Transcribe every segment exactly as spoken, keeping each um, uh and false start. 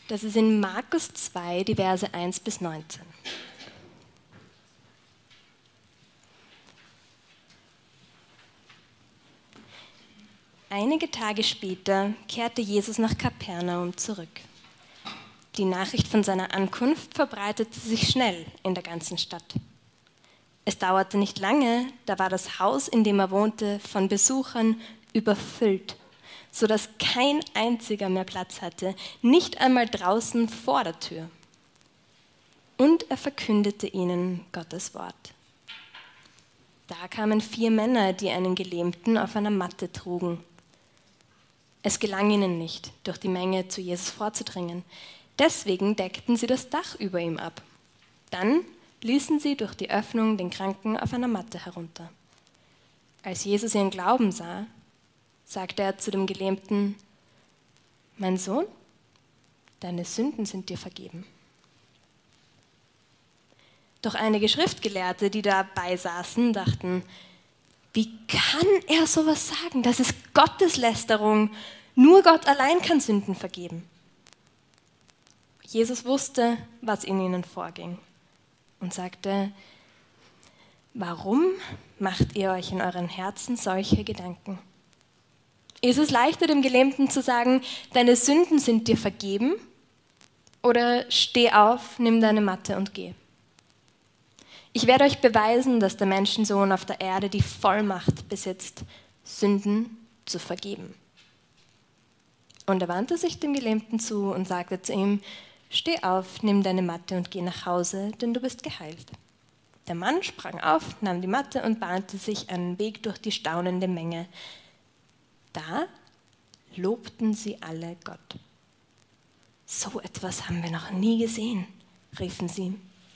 Das ist in Markus zwei, die Verse eins bis neunzehn. Einige Tage später kehrte Jesus nach Kapernaum zurück. Die Nachricht von seiner Ankunft verbreitete sich schnell in der ganzen Stadt. Es dauerte nicht lange, da war das Haus, in dem er wohnte, von Besuchern überfüllt, sodass kein einziger mehr Platz hatte, nicht einmal draußen vor der Tür. Und er verkündete ihnen Gottes Wort. Da kamen vier Männer, die einen Gelähmten auf einer Matte trugen. Es gelang ihnen nicht, durch die Menge zu Jesus vorzudringen. Deswegen deckten sie das Dach über ihm ab. Dann ließen sie durch die Öffnung den Kranken auf einer Matte herunter. Als Jesus ihren Glauben sah, sagte er zu dem Gelähmten: Mein Sohn, deine Sünden sind dir vergeben. Doch einige Schriftgelehrte, die dabei saßen, dachten: Wie kann er sowas sagen? Das ist Gotteslästerung. Nur Gott allein kann Sünden vergeben. Jesus wusste, was in ihnen vorging und sagte: Warum macht ihr euch in euren Herzen solche Gedanken? Ist es leichter, dem Gelähmten zu sagen, deine Sünden sind dir vergeben? Oder steh auf, nimm deine Matte und geh? Ich werde euch beweisen, dass der Menschensohn auf der Erde die Vollmacht besitzt, Sünden zu vergeben. Und er wandte sich dem Gelähmten zu und sagte zu ihm: Steh auf, nimm deine Matte und geh nach Hause, denn du bist geheilt. Der Mann sprang auf, nahm die Matte und bahnte sich einen Weg durch die staunende Menge. Da lobten sie alle Gott. So etwas haben wir noch nie gesehen, riefen sie.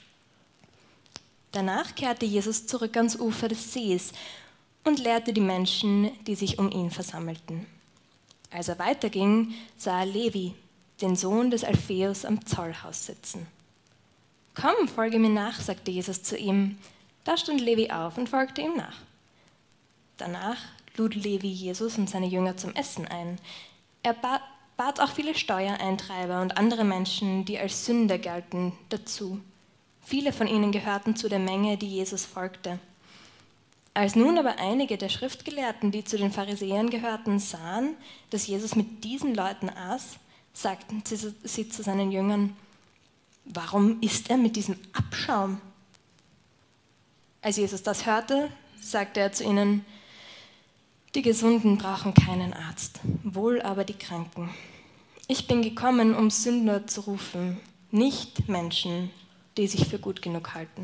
Danach kehrte Jesus zurück ans Ufer des Sees und lehrte die Menschen, die sich um ihn versammelten. Als er weiterging, sah er Levi, den Sohn des Alpheus, am Zollhaus sitzen. Komm, folge mir nach, sagte Jesus zu ihm. Da stand Levi auf und folgte ihm nach. Danach lud Levi Jesus und seine Jünger zum Essen ein. Er bat auch viele Steuereintreiber und andere Menschen, die als Sünder galten, dazu. Viele von ihnen gehörten zu der Menge, die Jesus folgte. Als nun aber einige der Schriftgelehrten, die zu den Pharisäern gehörten, sahen, dass Jesus mit diesen Leuten aß, sagten sie, sie zu seinen Jüngern: Warum isst er mit diesem Abschaum? Als Jesus das hörte, sagte er zu ihnen: Die Gesunden brauchen keinen Arzt, wohl aber die Kranken. Ich bin gekommen, um Sünder zu rufen, nicht Menschen, die sich für gut genug halten.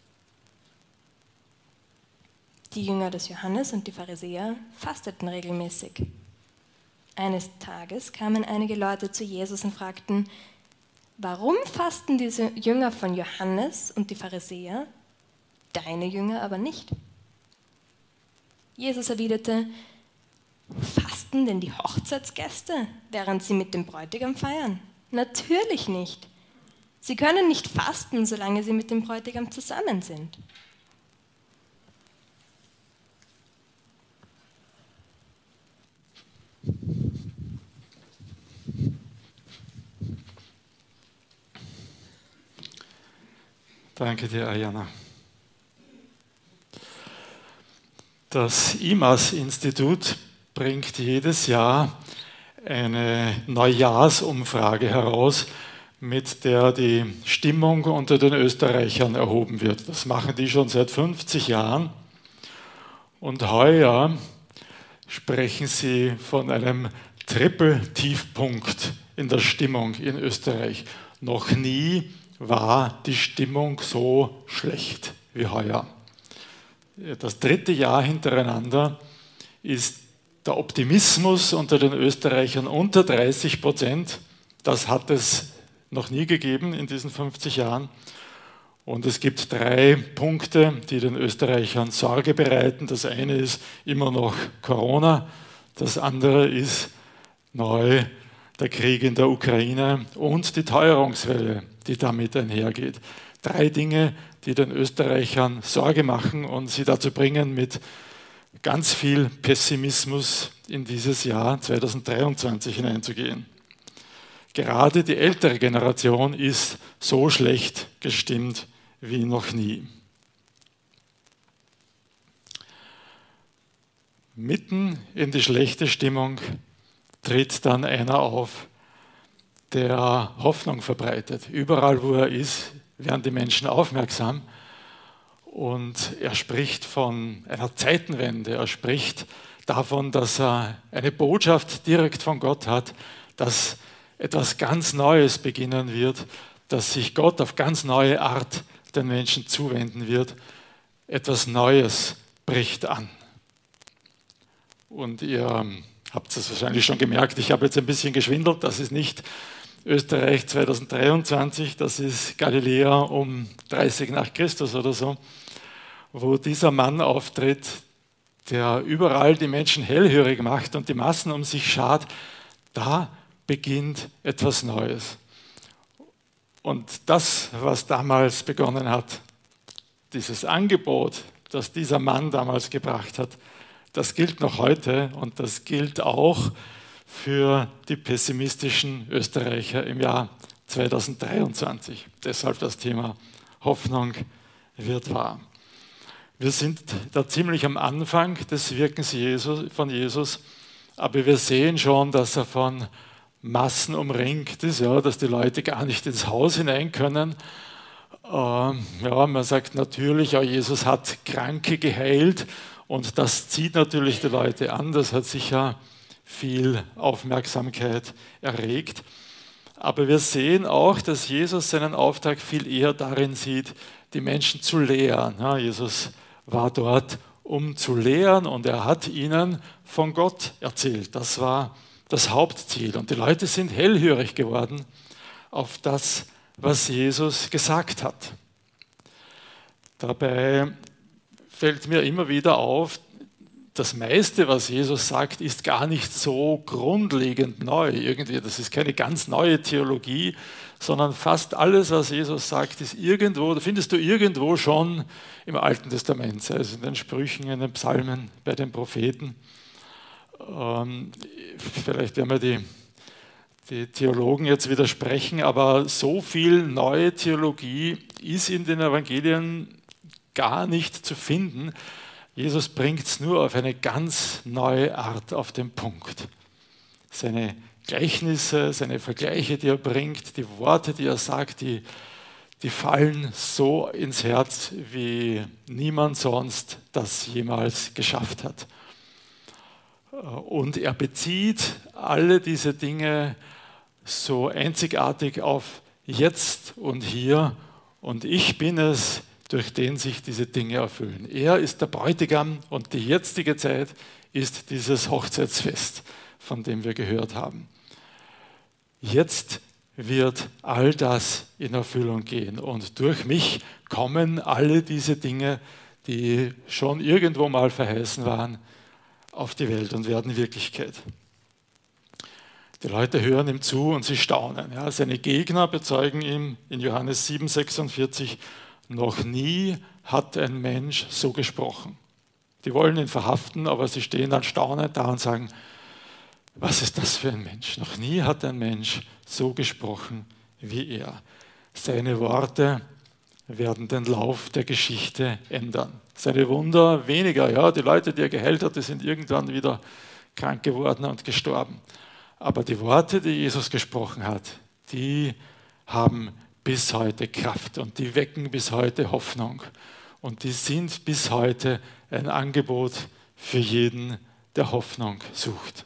Die Jünger des Johannes und die Pharisäer fasteten regelmäßig. Eines Tages kamen einige Leute zu Jesus und fragten: Warum fasten diese Jünger von Johannes und die Pharisäer, deine Jünger aber nicht? Jesus erwiderte: Fasten denn die Hochzeitsgäste, während sie mit dem Bräutigam feiern? Natürlich nicht. Sie können nicht fasten, solange sie mit dem Bräutigam zusammen sind. Danke dir, Ayana. Das I M A S-Institut bringt jedes Jahr eine Neujahrsumfrage heraus, mit der die Stimmung unter den Österreichern erhoben wird. Das machen die schon seit fünfzig Jahren. Und heuer sprechen sie von einem Triple-Tiefpunkt in der Stimmung in Österreich. Noch nie war die Stimmung so schlecht wie heuer. Das dritte Jahr hintereinander ist der Optimismus unter den Österreichern unter dreißig Prozent. Das hat es noch nie gegeben in diesen fünfzig Jahren. Und es gibt drei Punkte, die den Österreichern Sorge bereiten. Das eine ist immer noch Corona, das andere ist neu der Krieg in der Ukraine und die Teuerungswelle, die damit einhergeht. Drei Dinge, die den Österreichern Sorge machen und sie dazu bringen, mit ganz viel Pessimismus in dieses Jahr zweitausenddreiundzwanzig hineinzugehen. gerade die ältere Generation ist so schlecht gestimmt wie noch nie. Mitten in die schlechte Stimmung tritt dann einer auf, der Hoffnung verbreitet. Überall, wo er ist, werden die Menschen aufmerksam. Und er spricht von einer Zeitenwende. Er spricht davon, dass er eine Botschaft direkt von Gott hat, dass etwas ganz Neues beginnen wird, dass sich Gott auf ganz neue Art den Menschen zuwenden wird. Etwas Neues bricht an. Und ihr habt es wahrscheinlich schon gemerkt, ich habe jetzt ein bisschen geschwindelt. Das ist nicht Österreich zweitausenddreiundzwanzig, das ist Galiläa um dreißig nach Christus oder so, wo dieser Mann auftritt, der überall die Menschen hellhörig macht und die Massen um sich schart. Da beginnt etwas Neues. Und das, was damals begonnen hat, dieses Angebot, das dieser Mann damals gebracht hat, das gilt noch heute und das gilt auch für die pessimistischen Österreicher im Jahr zweitausenddreiundzwanzig. Deshalb das Thema Hoffnung wird wahr. Wir sind da ziemlich am Anfang des Wirkens Jesus, von Jesus, aber wir sehen schon, dass er von Massen umringt ist, ja, dass die Leute gar nicht ins Haus hinein können. Ähm, ja, man sagt natürlich, ja, Jesus hat Kranke geheilt und das zieht natürlich die Leute an, das hat sicher viel Aufmerksamkeit erregt. Aber wir sehen auch, dass Jesus seinen Auftrag viel eher darin sieht, die Menschen zu lehren. Ja, Jesus war dort, um zu lehren und er hat ihnen von Gott erzählt. Das war das Hauptziel. Und die Leute sind hellhörig geworden auf das, was Jesus gesagt hat. Dabei fällt mir immer wieder auf, das meiste, was Jesus sagt, ist gar nicht so grundlegend neu. Irgendwie, das ist keine ganz neue Theologie, sondern fast alles, was Jesus sagt, ist irgendwo, findest du irgendwo schon im Alten Testament, sei es in den Sprüchen, in den Psalmen, bei den Propheten. Ähm, vielleicht werden wir die, die Theologen jetzt widersprechen, aber so viel neue Theologie ist in den Evangelien gar nicht zu finden. Jesus bringt es nur auf eine ganz neue Art auf den Punkt. Seine Gleichnisse, seine Vergleiche, die er bringt, die Worte, die er sagt, die, die fallen so ins Herz, wie niemand sonst das jemals geschafft hat. Und er bezieht alle diese Dinge so einzigartig auf jetzt und hier. Und ich bin es, durch den sich diese Dinge erfüllen. Er ist der Bräutigam und die jetzige Zeit ist dieses Hochzeitsfest, von dem wir gehört haben. Jetzt wird all das in Erfüllung gehen und durch mich kommen alle diese Dinge, die schon irgendwo mal verheißen waren, auf die Welt und werden Wirklichkeit. Die Leute hören ihm zu und sie staunen. Ja, seine Gegner bezeugen ihm in Johannes sieben sechsundvierzig, noch nie hat ein Mensch so gesprochen. Die wollen ihn verhaften, aber sie stehen dann staunend da und sagen, was ist das für ein Mensch? Noch nie hat ein Mensch so gesprochen wie er. Seine Worte werden den Lauf der Geschichte ändern. Seine Wunder weniger. Ja, die Leute, die er geheilt hat, die sind irgendwann wieder krank geworden und gestorben. Aber die Worte, die Jesus gesprochen hat, die haben bis heute Kraft und die wecken bis heute Hoffnung. Und die sind bis heute ein Angebot für jeden, der Hoffnung sucht.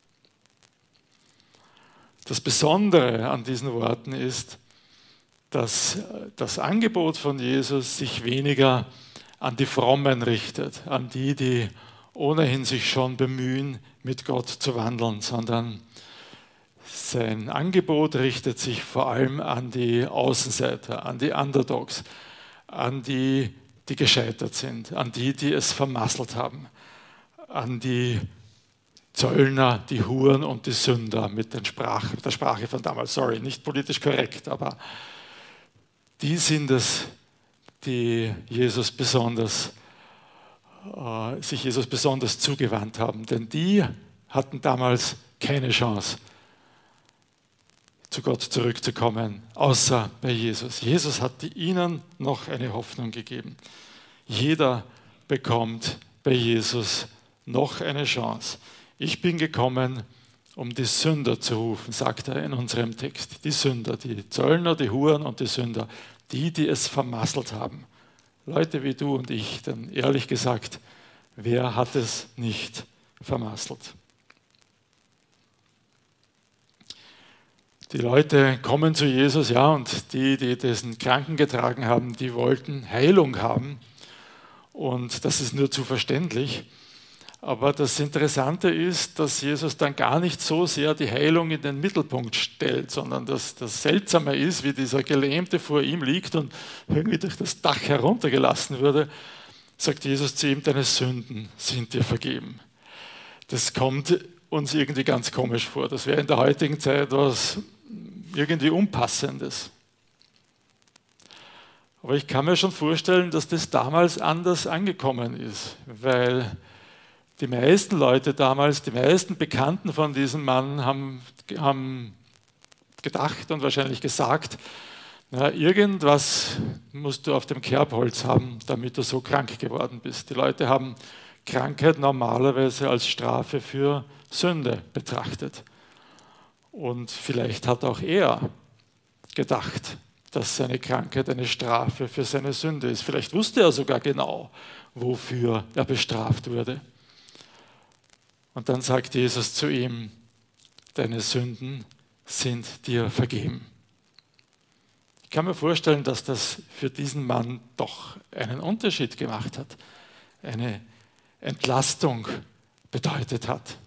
Das Besondere an diesen Worten ist, dass das Angebot von Jesus sich weniger an die Frommen richtet, an die, die ohnehin sich schon bemühen, mit Gott zu wandeln, sondern sein Angebot richtet sich vor allem an die Außenseiter, an die Underdogs, an die, die gescheitert sind, an die, die es vermasselt haben, an die Zöllner, die Huren und die Sünder mit den Sprache, mit der Sprache von damals. Sorry, nicht politisch korrekt, aber die sind es, die Jesus besonders, äh, sich Jesus besonders zugewandt haben. Denn die hatten damals keine Chance, zu Gott zurückzukommen, außer bei Jesus. Jesus hat ihnen noch eine Hoffnung gegeben. Jeder bekommt bei Jesus noch eine Chance. Ich bin gekommen, um die Sünder zu rufen, sagt er in unserem Text. Die Sünder, die Zöllner, die Huren und die Sünder, die, die es vermasselt haben. Leute wie du und ich, denn ehrlich gesagt, wer hat es nicht vermasselt? Die Leute kommen zu Jesus, ja, und die, die diesen Kranken getragen haben, die wollten Heilung haben. Und das ist nur zu verständlich. Aber das Interessante ist, dass Jesus dann gar nicht so sehr die Heilung in den Mittelpunkt stellt, sondern dass das Seltsame ist, wie dieser Gelähmte vor ihm liegt und irgendwie durch das Dach heruntergelassen wurde, sagt Jesus zu ihm, deine Sünden sind dir vergeben. Das kommt uns irgendwie ganz komisch vor. Das wäre in der heutigen Zeit was irgendwie Unpassendes. Aber ich kann mir schon vorstellen, dass das damals anders angekommen ist, weil die meisten Leute damals, die meisten Bekannten von diesem Mann haben, haben gedacht und wahrscheinlich gesagt, na, irgendwas musst du auf dem Kerbholz haben, damit du so krank geworden bist. Die Leute haben Krankheit normalerweise als Strafe für Sünde betrachtet. Und vielleicht hat auch er gedacht, dass seine Krankheit eine Strafe für seine Sünde ist. Vielleicht wusste er sogar genau, wofür er bestraft wurde. Und dann sagt Jesus zu ihm, deine Sünden sind dir vergeben. Ich kann mir vorstellen, dass das für diesen Mann doch einen Unterschied gemacht hat, eine Entlastung bedeutet hat.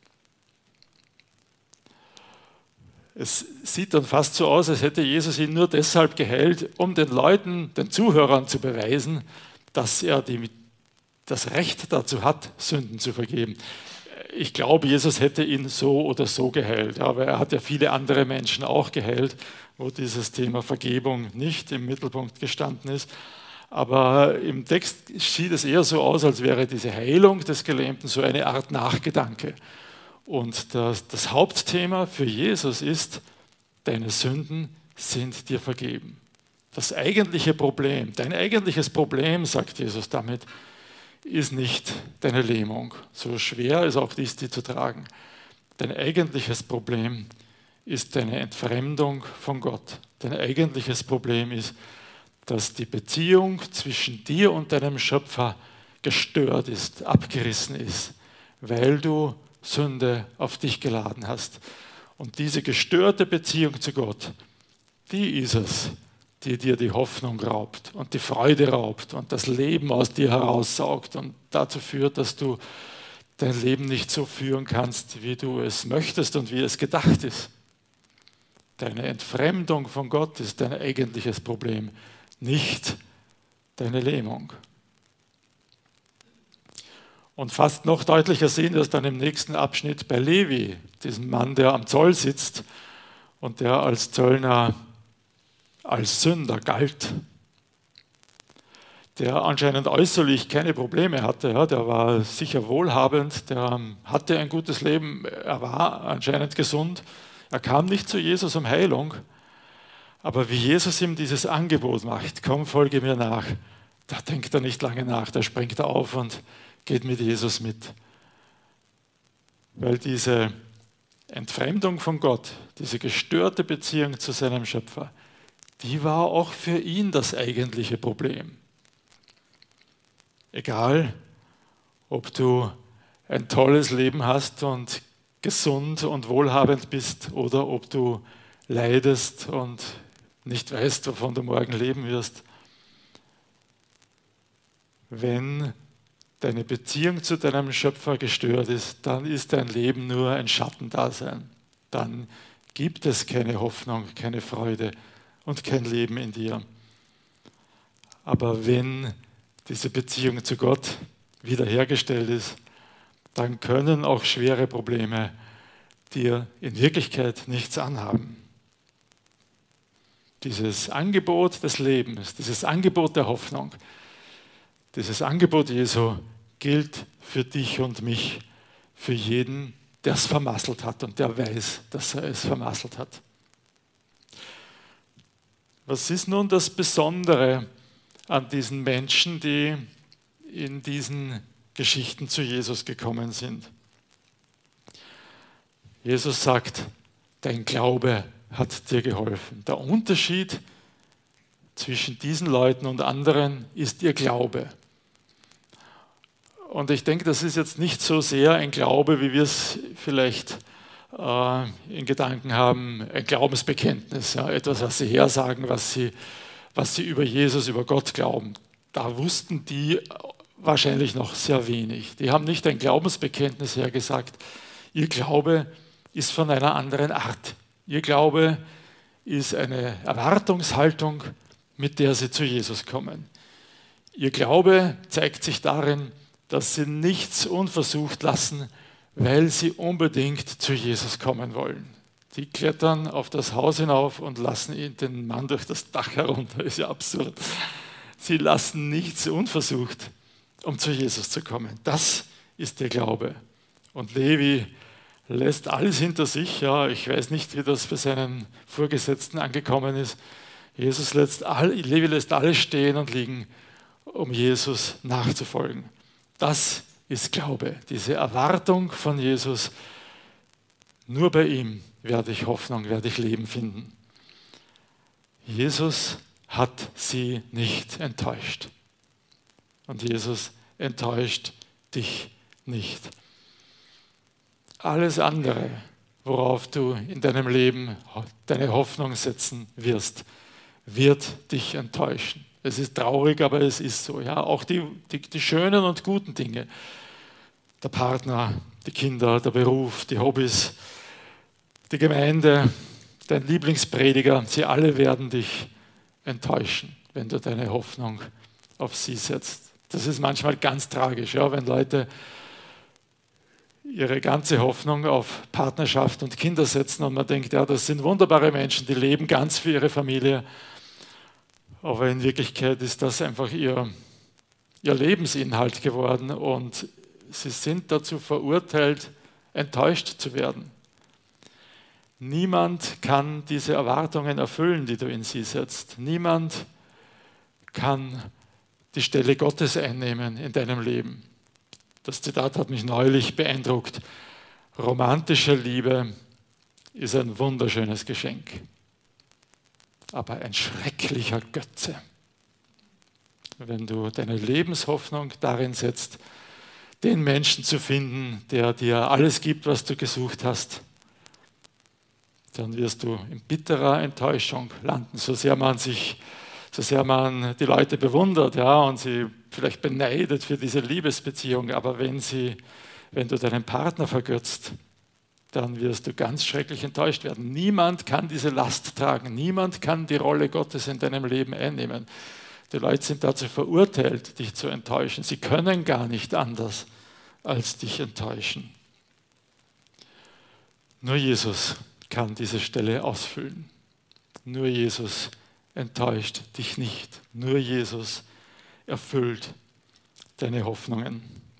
Es sieht dann fast so aus, als hätte Jesus ihn nur deshalb geheilt, um den Leuten, den Zuhörern zu beweisen, dass er die, das Recht dazu hat, Sünden zu vergeben. Ich glaube, Jesus hätte ihn so oder so geheilt, aber er hat ja viele andere Menschen auch geheilt, wo dieses Thema Vergebung nicht im Mittelpunkt gestanden ist. Aber im Text sieht es eher so aus, als wäre diese Heilung des Gelähmten so eine Art Nachgedanke. Und das, das Hauptthema für Jesus ist, deine Sünden sind dir vergeben. Das eigentliche Problem, dein eigentliches Problem, sagt Jesus damit, ist nicht deine Lähmung. So schwer ist auch dies, die zu tragen. Dein eigentliches Problem ist deine Entfremdung von Gott. Dein eigentliches Problem ist, dass die Beziehung zwischen dir und deinem Schöpfer gestört ist, abgerissen ist, weil du Sünde auf dich geladen hast. Und diese gestörte Beziehung zu Gott, die ist es, die dir die Hoffnung raubt und die Freude raubt und das Leben aus dir heraussaugt und dazu führt, dass du dein Leben nicht so führen kannst, wie du es möchtest und wie es gedacht ist. Deine Entfremdung von Gott ist dein eigentliches Problem, nicht deine Lähmung. Und fast noch deutlicher sehen wir es dann im nächsten Abschnitt bei Levi, diesem Mann, der am Zoll sitzt und der als Zöllner als Sünder galt, der anscheinend äußerlich keine Probleme hatte. Ja, der war sicher wohlhabend, der hatte ein gutes Leben, er war anscheinend gesund. Er kam nicht zu Jesus um Heilung, aber wie Jesus ihm dieses Angebot macht, komm, folge mir nach, da denkt er nicht lange nach, da springt er auf und geht mit Jesus mit. Weil diese Entfremdung von Gott, diese gestörte Beziehung zu seinem Schöpfer, die war auch für ihn das eigentliche Problem. Egal, ob du ein tolles Leben hast und gesund und wohlhabend bist oder ob du leidest und nicht weißt, wovon du morgen leben wirst. Wenn deine Beziehung zu deinem Schöpfer gestört ist, dann ist dein Leben nur ein Schattendasein. Dann gibt es keine Hoffnung, keine Freude und kein Leben in dir. Aber wenn diese Beziehung zu Gott wiederhergestellt ist, dann können auch schwere Probleme dir in Wirklichkeit nichts anhaben. Dieses Angebot des Lebens, dieses Angebot der Hoffnung, dieses Angebot Jesu gilt für dich und mich, für jeden, der es vermasselt hat und der weiß, dass er es vermasselt hat. Was ist nun das Besondere an diesen Menschen, die in diesen Geschichten zu Jesus gekommen sind? Jesus sagt, dein Glaube hat dir geholfen. Der Unterschied zwischen diesen Leuten und anderen ist ihr Glaube. Und ich denke, das ist jetzt nicht so sehr ein Glaube, wie wir es vielleicht äh, in Gedanken haben, ein Glaubensbekenntnis, ja, etwas, was sie hersagen, was sie, was sie über Jesus, über Gott glauben. Da wussten die wahrscheinlich noch sehr wenig. Die haben nicht ein Glaubensbekenntnis hergesagt. Ihr Glaube ist von einer anderen Art. Ihr Glaube ist eine Erwartungshaltung, mit der sie zu Jesus kommen. Ihr Glaube zeigt sich darin, dass sie nichts unversucht lassen, weil sie unbedingt zu Jesus kommen wollen. Die klettern auf das Haus hinauf und lassen ihn, den Mann durch das Dach herunter. Das ist ja absurd. Sie lassen nichts unversucht, um zu Jesus zu kommen. Das ist der Glaube. Und Levi lässt alles hinter sich. Ja, ich weiß nicht, wie das für seinen Vorgesetzten angekommen ist. Jesus lässt all, Levi lässt alles stehen und liegen, um Jesus nachzufolgen. Das ist Glaube, diese Erwartung von Jesus. Nur bei ihm werde ich Hoffnung, werde ich Leben finden. Jesus hat sie nicht enttäuscht. Und Jesus enttäuscht dich nicht. Alles andere, worauf du in deinem Leben deine Hoffnung setzen wirst, wird dich enttäuschen. Es ist traurig, aber es ist so. Ja, auch die, die, die schönen und guten Dinge, der Partner, die Kinder, der Beruf, die Hobbys, die Gemeinde, dein Lieblingsprediger, sie alle werden dich enttäuschen, wenn du deine Hoffnung auf sie setzt. Das ist manchmal ganz tragisch, ja, wenn Leute ihre ganze Hoffnung auf Partnerschaft und Kinder setzen und man denkt, ja, das sind wunderbare Menschen, die leben ganz für ihre Familie. Aber in Wirklichkeit ist das einfach ihr, ihr Lebensinhalt geworden und sie sind dazu verurteilt, enttäuscht zu werden. Niemand kann diese Erwartungen erfüllen, die du in sie setzt. Niemand kann die Stelle Gottes einnehmen in deinem Leben. Das Zitat hat mich neulich beeindruckt. Romantische Liebe ist ein wunderschönes Geschenk, aber ein schrecklicher Götze. Wenn du deine Lebenshoffnung darin setzt, den Menschen zu finden, der dir alles gibt, was du gesucht hast, dann wirst du in bitterer Enttäuschung landen, so sehr man sich, so sehr man die Leute bewundert, ja, und sie vielleicht beneidet für diese Liebesbeziehung, aber wenn sie, wenn du deinen Partner vergötzt, dann wirst du ganz schrecklich enttäuscht werden. Niemand kann diese Last tragen, niemand kann die Rolle Gottes in deinem Leben einnehmen. Die Leute sind dazu verurteilt, dich zu enttäuschen. Sie können gar nicht anders, als dich enttäuschen. Nur Jesus kann diese Stelle ausfüllen. Nur Jesus enttäuscht dich nicht. Nur Jesus erfüllt deine Hoffnungen.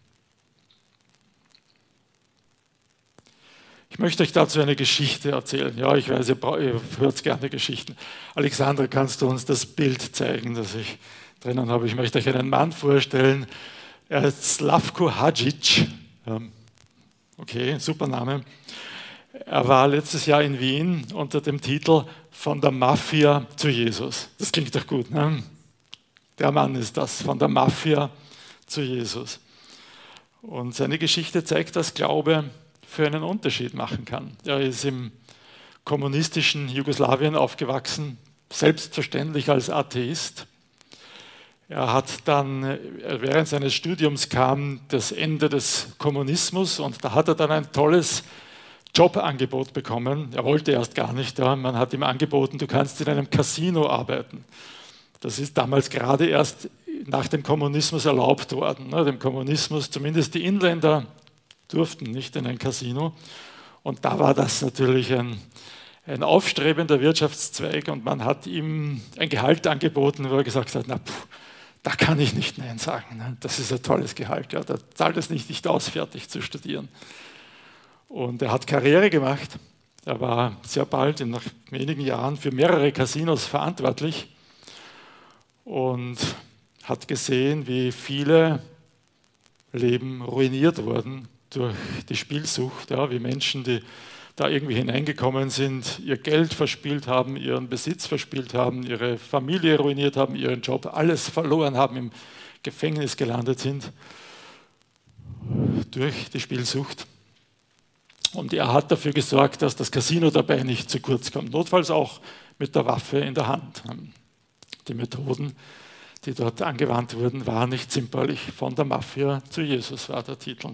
Ich möchte euch dazu eine Geschichte erzählen. Ja, ich weiß, ihr, ihr hört gerne Geschichten. Alexandra, kannst du uns das Bild zeigen, das ich drinnen habe? Ich möchte euch einen Mann vorstellen. Er ist Slavko Hadžić. Okay, super Name. Er war letztes Jahr in Wien unter dem Titel Von der Mafia zu Jesus. Das klingt doch gut, ne? Der Mann ist das, von der Mafia zu Jesus. Und seine Geschichte zeigt, dass Glaube für einen Unterschied machen kann. Er ist im kommunistischen Jugoslawien aufgewachsen, selbstverständlich als Atheist. Er hat dann, während seines Studiums kam das Ende des Kommunismus und da hat er dann ein tolles Jobangebot bekommen. Er wollte erst gar nicht, ja. Man hat ihm angeboten, du kannst in einem Casino arbeiten. Das ist damals gerade erst nach dem Kommunismus erlaubt worden. Ne? Dem Kommunismus, zumindest die Inländer durften nicht in ein Casino. Und da war das natürlich ein, ein aufstrebender Wirtschaftszweig und man hat ihm ein Gehalt angeboten, wo er gesagt hat, na, pff, da kann ich nicht Nein sagen. Ne? Das ist ein tolles Gehalt, ja. Da zahlt es nicht, nicht aus, fertig zu studieren. Und er hat Karriere gemacht Er war sehr bald, nach wenigen Jahren, für mehrere Casinos verantwortlich und hat gesehen, wie viele Leben ruiniert wurden durch die Spielsucht, ja, wie Menschen, die da irgendwie hineingekommen sind, ihr Geld verspielt haben, ihren Besitz verspielt haben, ihre Familie ruiniert haben, ihren Job, alles verloren haben, im Gefängnis gelandet sind durch die Spielsucht. Und er hat dafür gesorgt, dass das Casino dabei nicht zu kurz kommt, notfalls auch mit der Waffe in der Hand. Die Methoden, die dort angewandt wurden, waren nicht zimperlich. Von der Mafia zu Jesus war der Titel.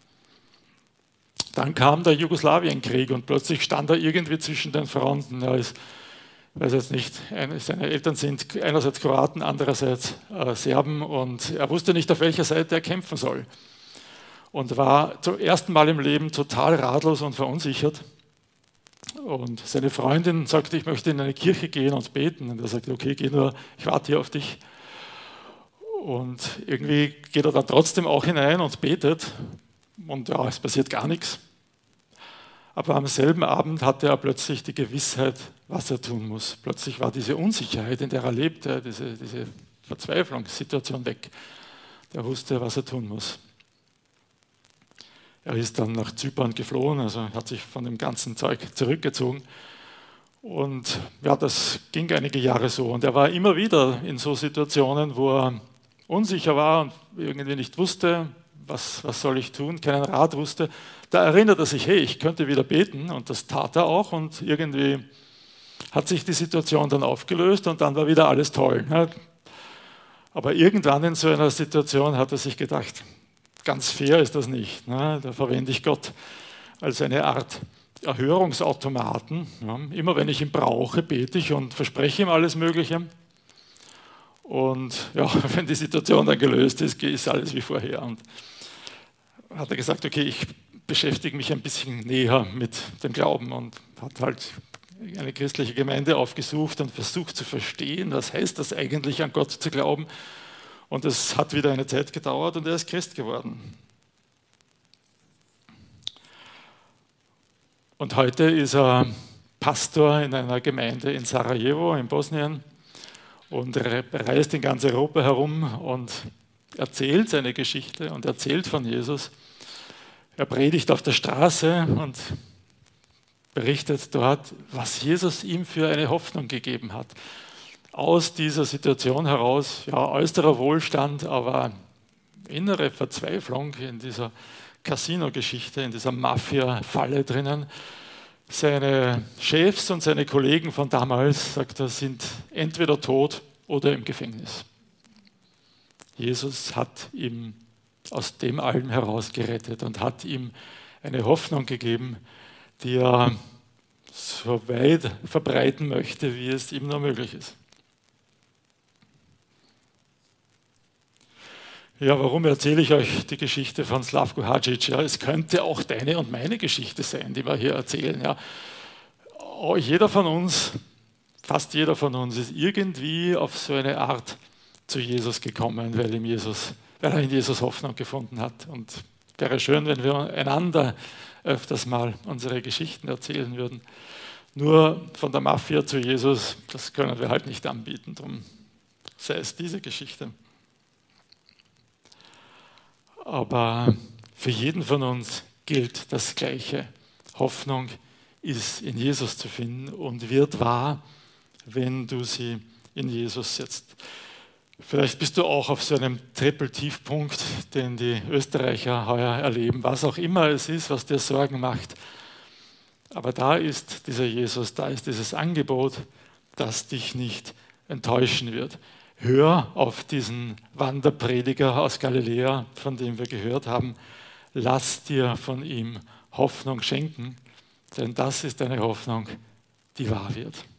Dann kam der Jugoslawienkrieg und plötzlich stand er irgendwie zwischen den Fronten. Er ist, ich weiß jetzt nicht, seine Eltern sind einerseits Kroaten, andererseits äh, Serben und er wusste nicht, auf welcher Seite er kämpfen soll. Und war zum ersten Mal im Leben total ratlos und verunsichert. Und seine Freundin sagte, ich möchte in eine Kirche gehen und beten. Und er sagte, okay, geh nur, ich warte hier auf dich. Und irgendwie geht er dann trotzdem auch hinein und betet. Und ja, es passiert gar nichts. Aber am selben Abend hatte er plötzlich die Gewissheit, was er tun muss. Plötzlich war diese Unsicherheit, in der er lebte, diese, diese Verzweiflungssituation weg. Er wusste, was er tun muss. Er ist dann nach Zypern geflohen, also hat sich von dem ganzen Zeug zurückgezogen. Und ja, das ging einige Jahre so. Und er war immer wieder in so Situationen, wo er unsicher war und irgendwie nicht wusste, was, was soll ich tun, keinen Rat wusste. Da erinnert er sich, hey, ich könnte wieder beten. Und das tat er auch. Und irgendwie hat sich die Situation dann aufgelöst und dann war wieder alles toll. Aber irgendwann in so einer Situation hat er sich gedacht, ganz fair ist das nicht. Da verwende ich Gott als eine Art Erhörungsautomaten. Immer wenn ich ihn brauche, bete ich und verspreche ihm alles Mögliche. Und ja, wenn die Situation dann gelöst ist, ist alles wie vorher. Und hat er gesagt, okay, ich beschäftige mich ein bisschen näher mit dem Glauben und hat halt eine christliche Gemeinde aufgesucht und versucht zu verstehen, was heißt das eigentlich, an Gott zu glauben. Und es hat wieder eine Zeit gedauert und er ist Christ geworden. Und heute ist er Pastor in einer Gemeinde in Sarajevo in Bosnien und er reist in ganz Europa herum und erzählt seine Geschichte und erzählt von Jesus. Er predigt auf der Straße und berichtet dort, was Jesus ihm für eine Hoffnung gegeben hat. Aus dieser Situation heraus, ja, äußerer Wohlstand, aber innere Verzweiflung in dieser Casino-Geschichte, in dieser Mafia-Falle drinnen. Seine Chefs und seine Kollegen von damals, sagt er, sind entweder tot oder im Gefängnis. Jesus hat ihm aus dem allem heraus gerettet und hat ihm eine Hoffnung gegeben, die er so weit verbreiten möchte, wie es ihm nur möglich ist. Ja, warum erzähle ich euch die Geschichte von Slavko Hadžić? Ja, es könnte auch deine und meine Geschichte sein, die wir hier erzählen. Ja. Oh, jeder von uns, fast jeder von uns ist irgendwie auf so eine Art zu Jesus gekommen, weil, ihm Jesus, weil er in Jesus Hoffnung gefunden hat. Und wäre schön, wenn wir einander öfters mal unsere Geschichten erzählen würden. Nur von der Mafia zu Jesus, das können wir halt nicht anbieten. Darum sei es diese Geschichte. Aber für jeden von uns gilt das Gleiche. Hoffnung ist in Jesus zu finden und wird wahr, wenn du sie in Jesus setzt. Vielleicht bist du auch auf so einem Trippeltiefpunkt, den die Österreicher heuer erleben, was auch immer es ist, was dir Sorgen macht. Aber da ist dieser Jesus, da ist dieses Angebot, das dich nicht enttäuschen wird. Hör auf diesen Wanderprediger aus Galiläa, von dem wir gehört haben. Lass dir von ihm Hoffnung schenken, denn das ist eine Hoffnung, die wahr wird.